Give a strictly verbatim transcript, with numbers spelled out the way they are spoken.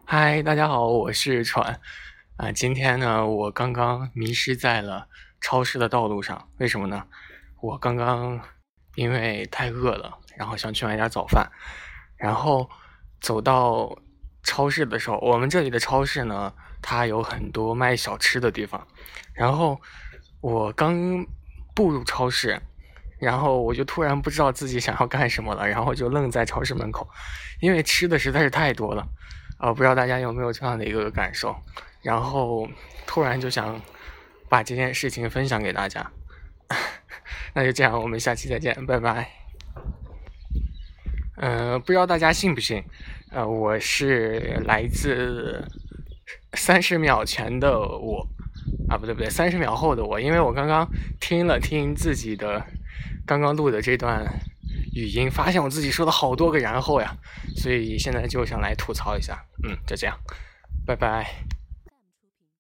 嗨，大家好，我是船啊。今天呢，我刚刚迷失在了超市的道路上。为什么呢？我刚刚因为太饿了，然后想去买点早饭，然后走到超市的时候，我们这里的超市呢，它有很多卖小吃的地方。然后我刚步入超市，然后我就突然不知道自己想要干什么了，然后就愣在超市门口，因为吃的实在是太多了。呃，不知道大家有没有这样的一个感受，然后突然就想把这件事情分享给大家。那就这样，我们下期再见，拜拜。呃，不知道大家信不信，呃，我是来自三十秒前的我，啊，不对不对，三十秒后的我，因为我刚刚听了听自己的刚刚录的这段语音，发现我自己说了好多个然后呀，所以现在就想来吐槽一下。嗯，就这样，拜拜。